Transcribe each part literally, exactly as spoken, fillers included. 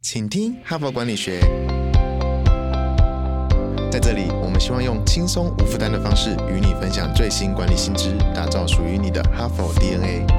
请听哈佛管理学。在这里，我们希望用轻松无负担的方式与你分享最新管理新知，打造属于你的哈佛 D N A。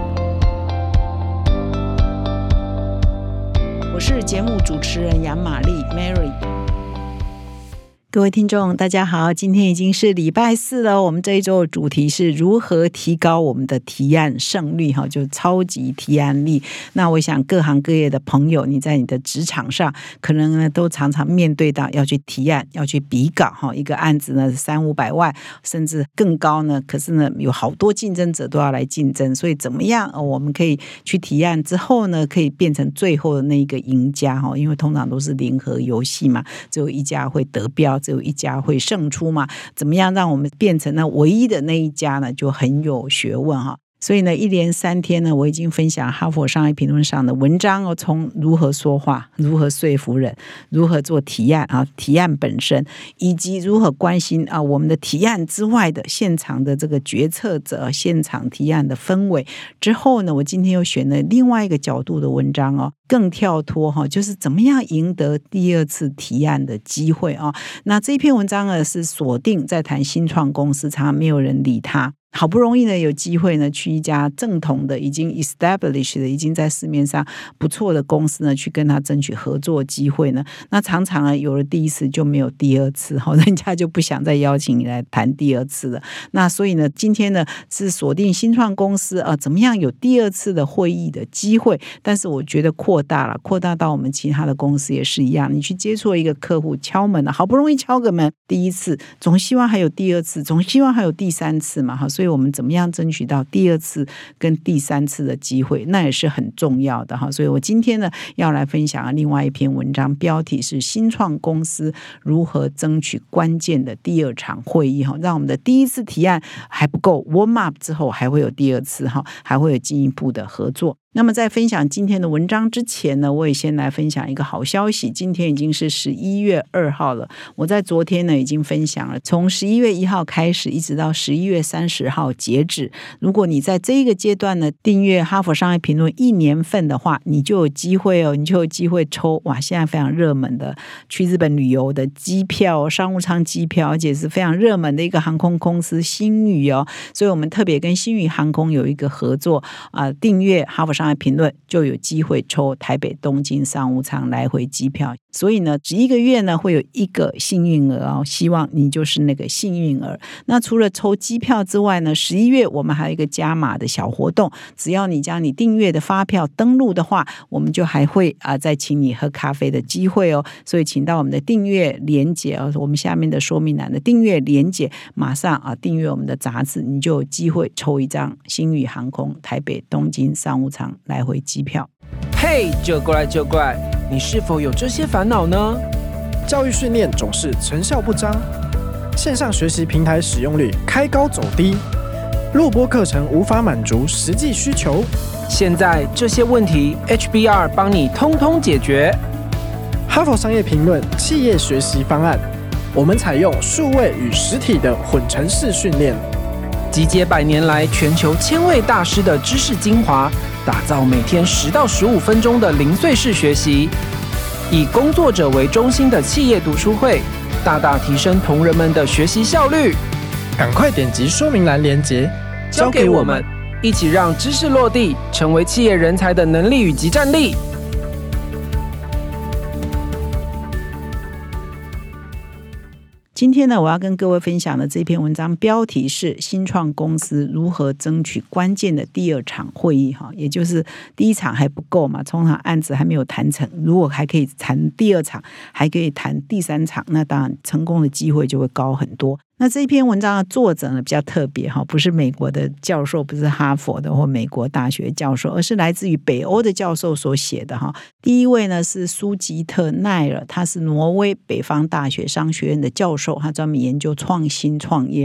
我是节目主持人杨玛丽 Mary。各位听众大家好，今天已经是礼拜四了，我们这一周的主题是如何提高我们的提案胜率，就超级提案力。那我想各行各业的朋友，你在你的职场上可能呢都常常面对到要去提案，要去比稿，一个案子呢三五百万甚至更高呢，可是呢有好多竞争者都要来竞争，所以怎么样我们可以去提案之后呢可以变成最后的那一个赢家，因为通常都是零和游戏嘛，只有一家会得标，只有一家会胜出嘛，怎么样让我们变成那唯一的那一家呢，就很有学问哈。所以呢，一连三天呢，我已经分享哈佛商业评论上的文章哦，从如何说话、如何说服人、如何做提案啊，提案本身，以及如何关心啊我们的提案之外的现场的这个决策者、现场提案的氛围。之后呢，我今天又选了另外一个角度的文章哦，更跳脱哈，就是怎么样赢得第二次提案的机会啊。那这篇文章呢是锁定在谈新创公司，常常没有人理他。好不容易呢有机会呢去一家正统的已经 established 的已经在市面上不错的公司呢去跟他争取合作机会呢，那常常呢有了第一次就没有第二次，人家就不想再邀请你来谈第二次了。那所以呢今天呢是锁定新创公司啊，怎么样有第二次的会议的机会，但是我觉得扩大了，扩大到我们其他的公司也是一样，你去接触一个客户敲门了，好不容易敲个门第一次，总希望还有第二次，总希望还有第三次嘛，所以我们怎么样争取到第二次跟第三次的机会，那也是很重要的哈。所以我今天呢要来分享另外一篇文章，标题是新创公司如何争取关键的第二场会议哈，让我们的第一次提案还不够 warm up 之后还会有第二次哈，还会有进一步的合作。那么在分享今天的文章之前呢，我也先来分享一个好消息，今天已经是十一月二号了，我在昨天呢已经分享了，从十一月一号开始一直到十一月三十号截止，如果你在这一个阶段呢订阅哈佛商业评论一年份的话，你就有机会哦，你就有机会抽哇现在非常热门的去日本旅游的机票，商务舱机票，而且是非常热门的一个航空公司星宇哦，所以我们特别跟星宇航空有一个合作啊、呃，订阅哈佛商业评论就有机会抽台北东京商务舱来回机票，所以呢只一个月呢会有一个幸运儿哦，希望你就是那个幸运儿。那除了抽机票之外呢，十一月我们还有一个加码的小活动，只要你将你订阅的发票登录的话，我们就还会啊、呃、再请你喝咖啡的机会哦。所以请到我们的订阅连结哦，我们下面的说明栏的订阅连结，马上啊订阅我们的杂志，你就有机会抽一张星宇航空台北东京商务舱来回机票。 嘿、hey, 就过来就过来，你是否有这些烦恼呢？ 教育训练总是成效不彰，线上学习平台使用率开高走低，录播课程无法满足实际需求。 现在这些问题 H B R 帮你通通解决。 哈佛商业评论企业学习方案，我们采用数位与实体的混成式训练， 集结百年来全球千位大师的知识精华，打造每天十到十五分钟的零碎式学习，以工作者为中心的企业读书会，大大提升同仁们的学习效率。 赶快点击说明栏连结， 交给我们，一起让知识落地，成为企业人才的能力与即战力。 今天呢，我要跟各位分享的这篇文章标题是新创公司如何争取关键的第二场会议，也就是第一场还不够嘛，通常案子还没有谈成，如果还可以谈第二场，还可以谈第三场，那当然成功的机会就会高很多。那这一篇文章的作者呢比较特别，不是美国的教授，不是哈佛的或美国大学教授，而是来自于北欧的教授所写的。第一位呢是苏吉特奈尔，他是挪威北方大学商学院的教授，他专门研究创新创业啊。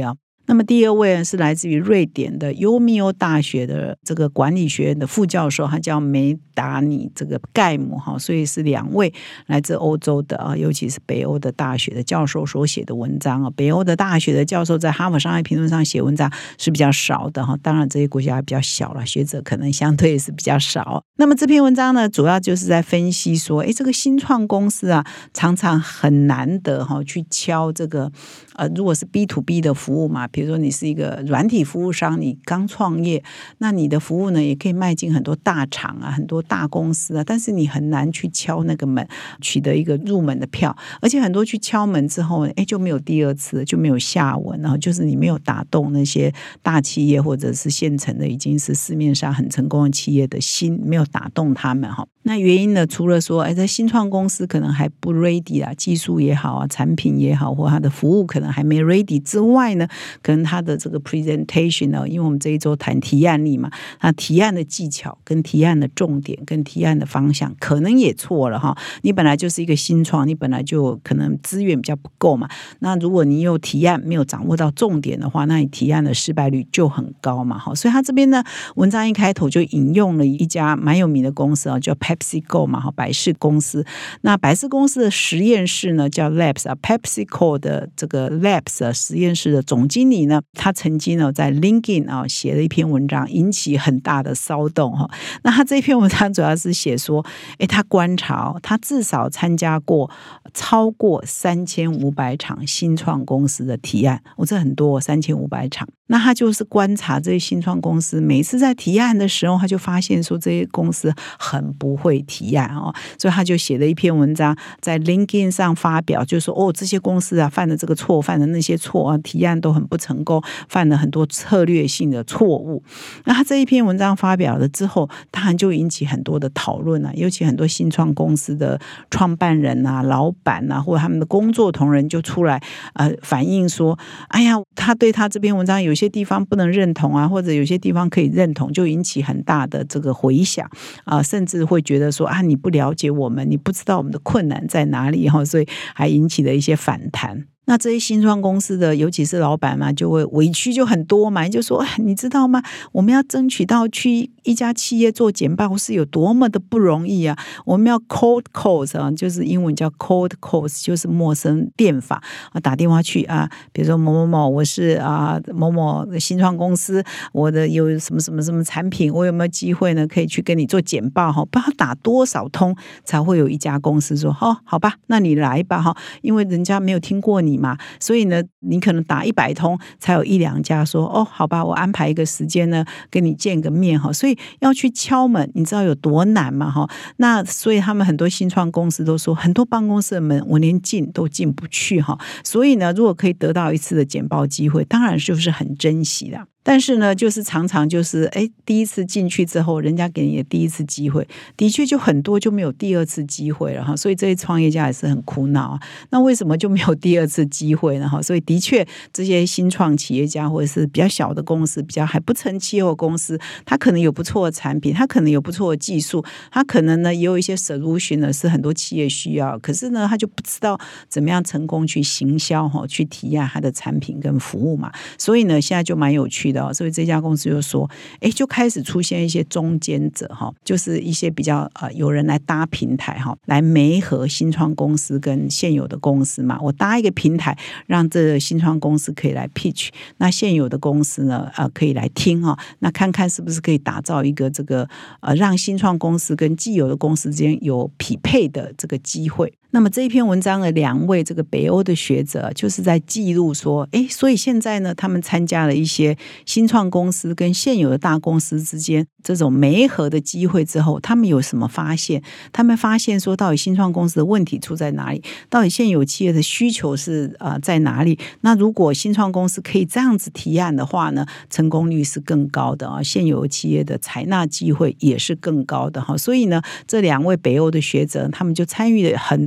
那么第二位是来自于瑞典的尤米欧大学的这个管理学院的副教授，他叫梅达尼这个盖姆，所以是两位来自欧洲的啊，尤其是北欧的大学的教授所写的文章啊。北欧的大学的教授在哈佛商业评论上写文章是比较少的哈，当然这些国家比较小了，学者可能相对是比较少。那么这篇文章呢，主要就是在分析说，哎，这个新创公司啊，常常很难得哈去敲这个呃，如果是 B to B 的服务嘛，比如说你是一个软体服务商，你刚创业，那你的服务呢也可以迈进很多大厂啊，很多大公司啊，但是你很难去敲那个门，取得一个入门的票，而且很多去敲门之后，哎，就没有第二次，就没有下文，然后就是你没有打动那些大企业或者是现成的已经是市面上很成功的企业的心，没有打动他们哈。那原因呢，除了说，哎，在新创公司可能还不 ready 啊，技术也好啊，产品也好，或它的服务可能还没 ready 之外呢，可能它的这个 presentation 呢，因为我们这一周谈提案力嘛，那提案的技巧跟提案的重点跟提案的方向可能也错了哈。你本来就是一个新创，你本来就可能资源比较不够嘛，那如果你有提案没有掌握到重点的话，那你提案的失败率就很高嘛。所以他这边呢，文章一开头就引用了一家蛮有名的公司叫 PepsiCo 嘛，百事公司。那百事公司的实验室呢叫 Labs 啊 ，PepsiCo 的这个 Labs 啊实验室的总经理呢，他曾经呢在 LinkedIn 啊写了一篇文章，引起很大的骚动哈。那他这篇文章主要是写说，哎，他观察他至少参加过超过三千五百场新创公司的提案，我、哦、这很多三千五百场。那他就是观察这些新创公司，每次在提案的时候，他就发现说这些公司很不会提案哦，所以他就写了一篇文章在 LinkedIn 上发表，就说哦，这些公司啊犯了这个错，犯了那些错啊，提案都很不成功，犯了很多策略性的错误。那他这一篇文章发表了之后，当然就引起很多的讨论啊，尤其很多新创公司的创办人啊、老板啊，或者他们的工作同仁就出来呃反映说，哎呀，他对他这篇文章有些地方不能认同啊，或者有些地方可以认同，就引起很大的这个回响啊、呃，甚至会觉得说啊，你不了解我们，你不知道我们的困难在哪里哈，所以还引起了一些反弹。那这些新创公司的尤其是老板嘛，就会委屈就很多嘛，就说你知道吗，我们要争取到去一家企业做简报是有多么的不容易啊，我们要 cold calls 啊，就是英文叫 cold calls， 就是陌生电话啊，打电话去啊，比如说某某某，我是啊某某新创公司，我的有什么什么什么产品，我有没有机会呢可以去跟你做简报哈？不知道打多少通才会有一家公司说哦，好吧，那你来吧哈，因为人家没有听过你嘛，所以呢，你可能打一百通才有一两家说哦，好吧，我安排一个时间呢，跟你见个面哈。所以要去敲门，你知道有多难吗？哈，那所以他们很多新创公司都说，很多办公室的门我连进都进不去哈。所以呢，如果可以得到一次的简报机会，当然就是很珍惜的。但是呢，就是常常就是哎，第一次进去之后，人家给你的第一次机会，的确就很多就没有第二次机会了哈。所以这些创业家也是很苦恼啊。那为什么就没有第二次机会呢？哈，所以的确这些新创企业家或者是比较小的公司，比较还不成气候公司，他可能有不错的产品，他可能有不错的技术，他可能呢也有一些 solution 呢是很多企业需要，可是呢他就不知道怎么样成功去行销哈，去体验他的产品跟服务嘛。所以呢，现在就蛮有趣的。所以这家公司就说，哎，就开始出现一些中间者哈，就是一些比较呃有人来搭平台哈，来媒合新创公司跟现有的公司嘛。我搭一个平台，让这个新创公司可以来 pitch， 那现有的公司呢呃可以来听哈，那看看是不是可以打造一个这个呃让新创公司跟既有的公司之间有匹配的这个机会。那么这一篇文章的两位这个北欧的学者就是在记录说，哎，所以现在呢，他们参加了一些新创公司跟现有的大公司之间这种媒合的机会之后，他们有什么发现？他们发现说，到底新创公司的问题出在哪里？到底现有企业的需求是呃在哪里？那如果新创公司可以这样子提案的话呢，成功率是更高的啊，现有企业的采纳机会也是更高的哈。所以呢，这两位北欧的学者他们就参与了很多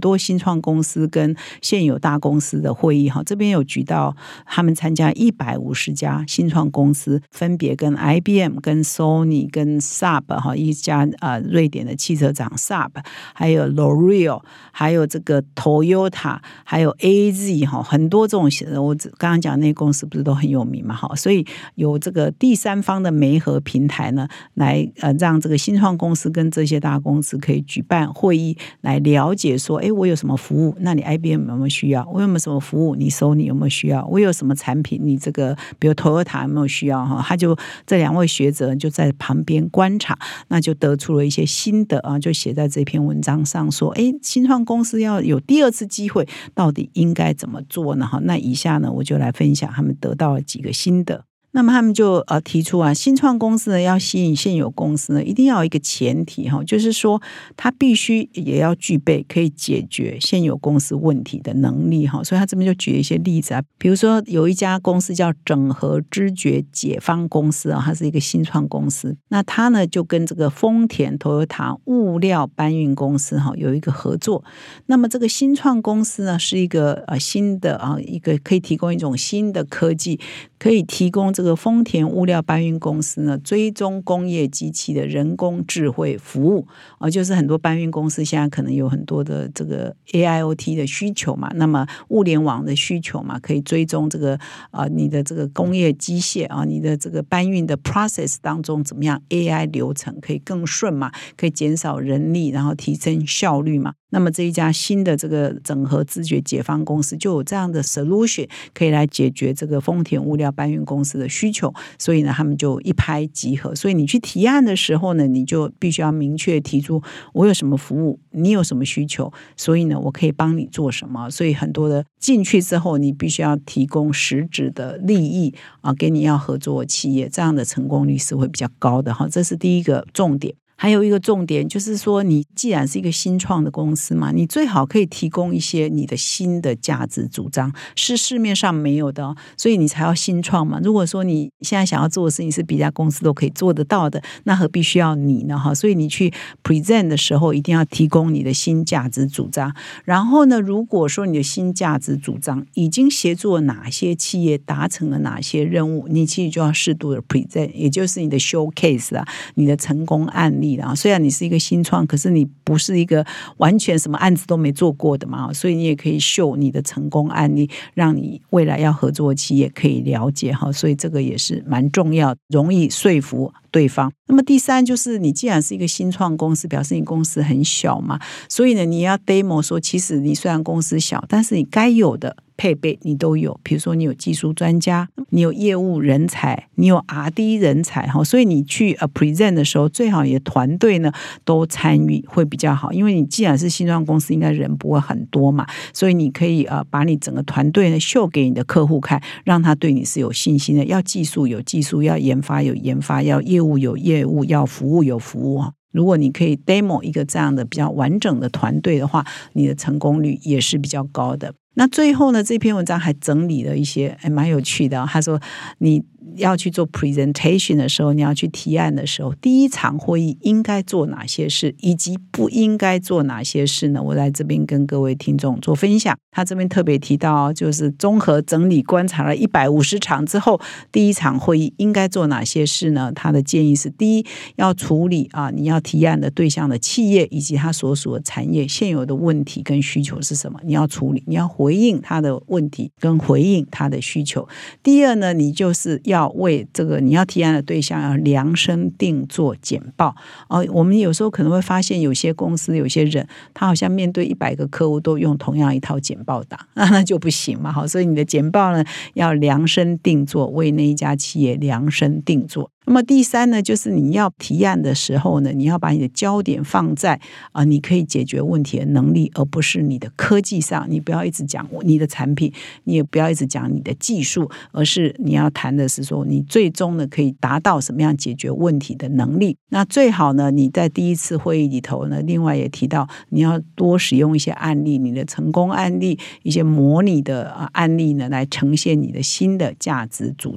多新创公司跟现有大公司的会议，这边有举到他们参加一百五十家新创公司，分别跟 I B M 跟 Sony 跟 Saab 一家呃瑞典的汽车厂 Saab， 还有 L'Oreal， 还有这个 Toyota， 还有 A Z， 很多这种我刚刚讲那些公司不是都很有名嘛，所以有这个第三方的媒合平台呢，来呃让这个新创公司跟这些大公司可以举办会议，来了解说，哎，我有什么服务，那你 I B M 有没有需要？我有没有什么服务？你 Sony 有没有需要？我有什么产品？你这个比如 Toyota 有没有需要？哈，他就这两位学者就在旁边观察，那就得出了一些心得啊，就写在这篇文章上说，哎，新创公司要有第二次机会，到底应该怎么做呢？哈，那以下呢，我就来分享他们得到了几个心得。那么他们就呃提出啊，新创公司呢要吸引现有公司呢，一定要有一个前提哈，就是说它必须也要具备可以解决现有公司问题的能力哈。所以他这边就举了一些例子啊，比如说有一家公司叫整合知觉解方公司啊，它是一个新创公司，那它呢就跟这个丰田 Toyota 物料搬运公司哈有一个合作。那么这个新创公司呢是一个呃新的啊一个可以提供一种新的科技，可以提供这个丰田物料搬运公司呢追踪工业机器的人工智慧服务啊，就是很多搬运公司现在可能有很多的这个 A I O T 的需求嘛，那么物联网的需求嘛，可以追踪这个啊你的这个工业机械啊，你的这个搬运的 process 当中怎么样 A I 流程可以更顺嘛，可以减少人力，然后提升效率嘛。那么这一家新的这个整合知觉解方公司就有这样的 solution 可以来解决这个丰田物料搬运公司的需求，所以呢他们就一拍即合。所以你去提案的时候呢，你就必须要明确提出我有什么服务，你有什么需求，所以呢我可以帮你做什么。所以很多的进去之后，你必须要提供实质的利益啊，给你要合作的企业，这样的成功率是会比较高的哈。这是第一个重点。还有一个重点就是说，你既然是一个新创的公司嘛，你最好可以提供一些你的新的价值主张，是市面上没有的哦，所以你才要新创嘛。如果说你现在想要做的事情是别家公司都可以做得到的，那何必需要你呢？哈，所以你去 present 的时候，一定要提供你的新价值主张。然后呢，如果说你的新价值主张已经协助了哪些企业达成了哪些任务，你其实就要适度的 present， 也就是你的 showcase 啊，你的成功案例。虽然你是一个新创，可是你不是一个完全什么案子都没做过的嘛，所以你也可以秀你的成功案例，让你未来要合作的企业可以了解哈，所以这个也是蛮重要，容易说服对方。那么第三就是你既然是一个新创公司，表示你公司很小嘛，所以呢你要 demo 说，其实你虽然公司小，但是你该有的配备你都有，比如说你有技术专家，你有业务人才，你有 R and D 人才，所以你去 present 的时候，最好你的团队呢都参与会比较好，因为你既然是新创公司，应该人不会很多嘛，所以你可以呃把你整个团队呢秀给你的客户看，让他对你是有信心的。要技术有技术，要研发有研发，要业务有业务，要服务有服务。如果你可以 demo 一个这样的比较完整的团队的话，你的成功率也是比较高的。那最后呢，这篇文章还整理了一些还蛮有趣的，他说你要去做 presentation 的时候，你要去提案的时候，第一场会议应该做哪些事，以及不应该做哪些事呢？我在这边跟各位听众做分享。他这边特别提到，就是综合整理观察了一百五十场之后，第一场会议应该做哪些事呢？他的建议是：第一，要处理啊你要提案的对象的企业以及他所属的产业现有的问题跟需求是什么，你要处理，你要回应他的问题跟回应他的需求。第二呢，你就是要为这个你要提案的对象要量身定做简报。哦，我们有时候可能会发现有些公司有些人他好像面对一百个客户都用同样一套简报档，那那就不行嘛。好，所以你的简报呢要量身定做，为那一家企业量身定做。那么第三呢，就是你要提案的时候呢，你要把你的焦点放在啊、呃，你可以解决问题的能力，而不是你的科技上。你不要一直讲你的产品，你也不要一直讲你的技术，而是你要谈的是说你最终呢可以达到什么样解决问题的能力。那最好呢，你在第一次会议里头呢，另外也提到你要多使用一些案例，你的成功案例，一些模拟的案例呢，来呈现你的新的价值主张。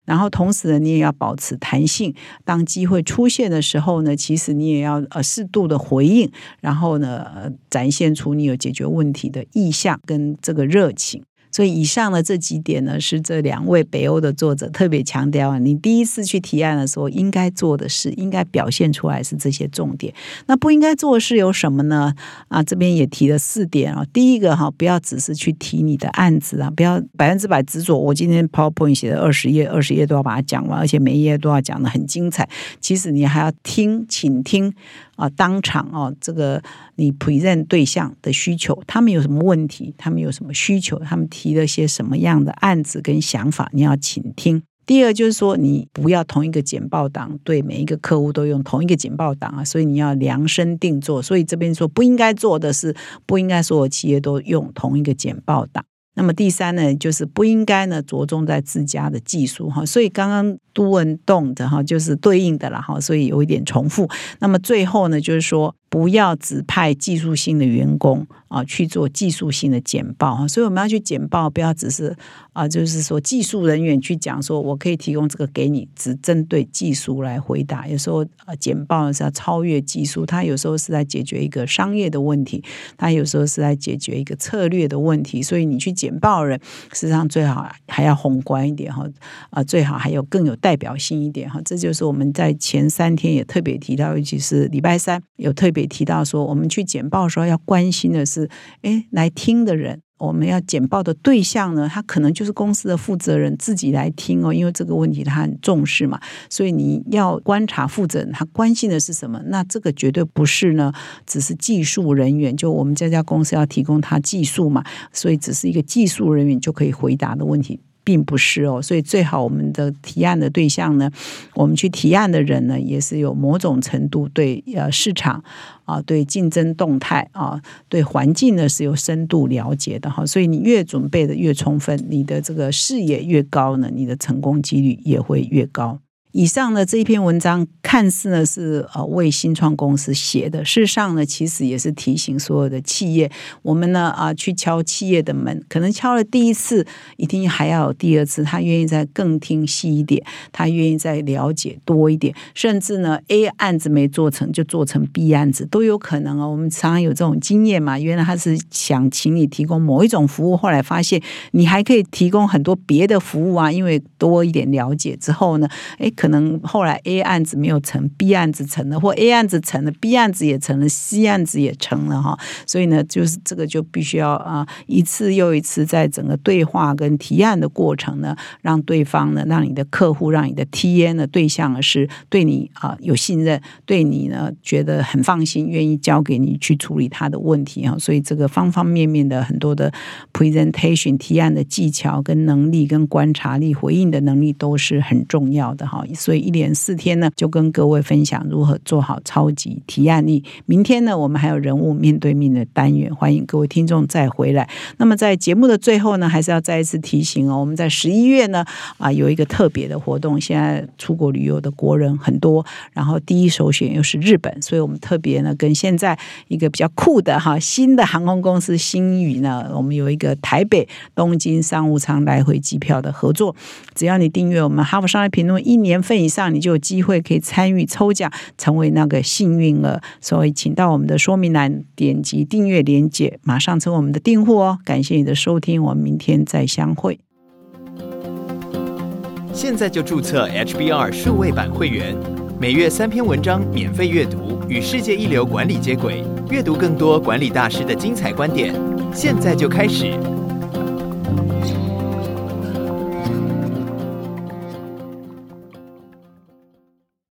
然后同时呢，你也要保持弹性，当机会出现的时候呢，其实你也要呃适度的回应，然后呢、呃、展现出你有解决问题的意向跟这个热情。所以以上的这几点呢，是这两位北欧的作者特别强调啊，你第一次去提案的时候应该做的事，应该表现出来是这些重点。那不应该做的事有什么呢？啊，这边也提了四点啊。第一个哈，不要只是去提你的案子啊，不要百分之百执着。我今天 PowerPoint 写了二十页，二十页都要把它讲完，而且每一页都要讲得很精彩。其实你还要听，倾听。啊，当场哦，这个你 present 对象的需求，他们有什么问题，他们有什么需求，他们提了些什么样的案子跟想法，你要倾听。第二就是说，你不要同一个简报档对每一个客户都用同一个简报档啊，所以你要量身定做。所以这边说不应该做的是，不应该所有企业都用同一个简报档。那么第三呢，就是不应该呢着重在自家的技术哈，所以刚刚do and don't的哈，就是对应的啦哈，所以有一点重复。那么最后呢，就是说不要只派技术性的员工啊去做技术性的简报，所以我们要去简报，不要只是啊，就是说技术人员去讲说我可以提供这个给你，只针对技术来回答。有时候啊，简报是要超越技术，它有时候是在解决一个商业的问题，它有时候是在解决一个策略的问题，所以你去简报人，事实上最好还要宏观一点哈，啊，最好还有更有代表性一点哈。这就是我们在前三天也特别提到，尤其是礼拜三有特别提到说，我们去简报的时候要关心的是，哎，来听的人。我们要简报的对象呢，他可能就是公司的负责人自己来听哦，因为这个问题他很重视嘛，所以你要观察负责人他关心的是什么。那这个绝对不是呢，只是技术人员，就我们这家公司要提供他技术嘛，所以只是一个技术人员就可以回答的问题。并不是哦，所以最好我们的提案的对象呢，我们去提案的人呢，也是有某种程度对呃市场啊、对竞争动态啊、对环境呢是有深度了解的哈。所以你越准备的越充分，你的这个视野越高呢，你的成功几率也会越高。以上的这一篇文章看似呢是呃为新创公司写的，事实上呢其实也是提醒所有的企业，我们呢啊去敲企业的门，可能敲了第一次，一定还要有第二次，他愿意再更听细一点，他愿意再了解多一点，甚至呢 A 案子没做成就做成 B 案子都有可能哦。我们常常有这种经验嘛，原来他是想请你提供某一种服务，后来发现你还可以提供很多别的服务啊，因为多一点了解之后呢，诶可能后来 A 案子没有成 B 案子成了，或 A 案子成了 B 案子也成了 C 案子也成了哈。所以呢就是这个就必须要啊一次又一次在整个对话跟提案的过程呢，让对方呢，让你的客户，让你的 T A 呢对象是对你啊有信任，对你呢觉得很放心，愿意交给你去处理他的问题哈。所以这个方方面面的很多的 presentation 提案的技巧跟能力跟观察力回应的能力都是很重要的哈。所以一连四天呢，就跟各位分享如何做好超级提案力。明天呢，我们还有人物面对面的单元，欢迎各位听众再回来。那么在节目的最后呢，还是要再一次提醒哦，我们在十一月呢啊有一个特别的活动，现在出国旅游的国人很多，然后第一首选又是日本，所以我们特别呢跟现在一个比较酷的哈新的航空公司星宇呢，我们有一个台北东京商务舱来回机票的合作，只要你订阅我们哈佛商业评论一年份以上，你就有机会可以参与抽奖，成为那个幸运儿。所以请到我们的说明栏点击订阅连结，马上成为我们的订户哦。感谢你的收听，我们明天再相会。 现在就注册 H B R 数位版会员，每月三篇文章免费阅读，与世界一流管理接轨，阅读更多管理大师的精彩观点。现在就开始。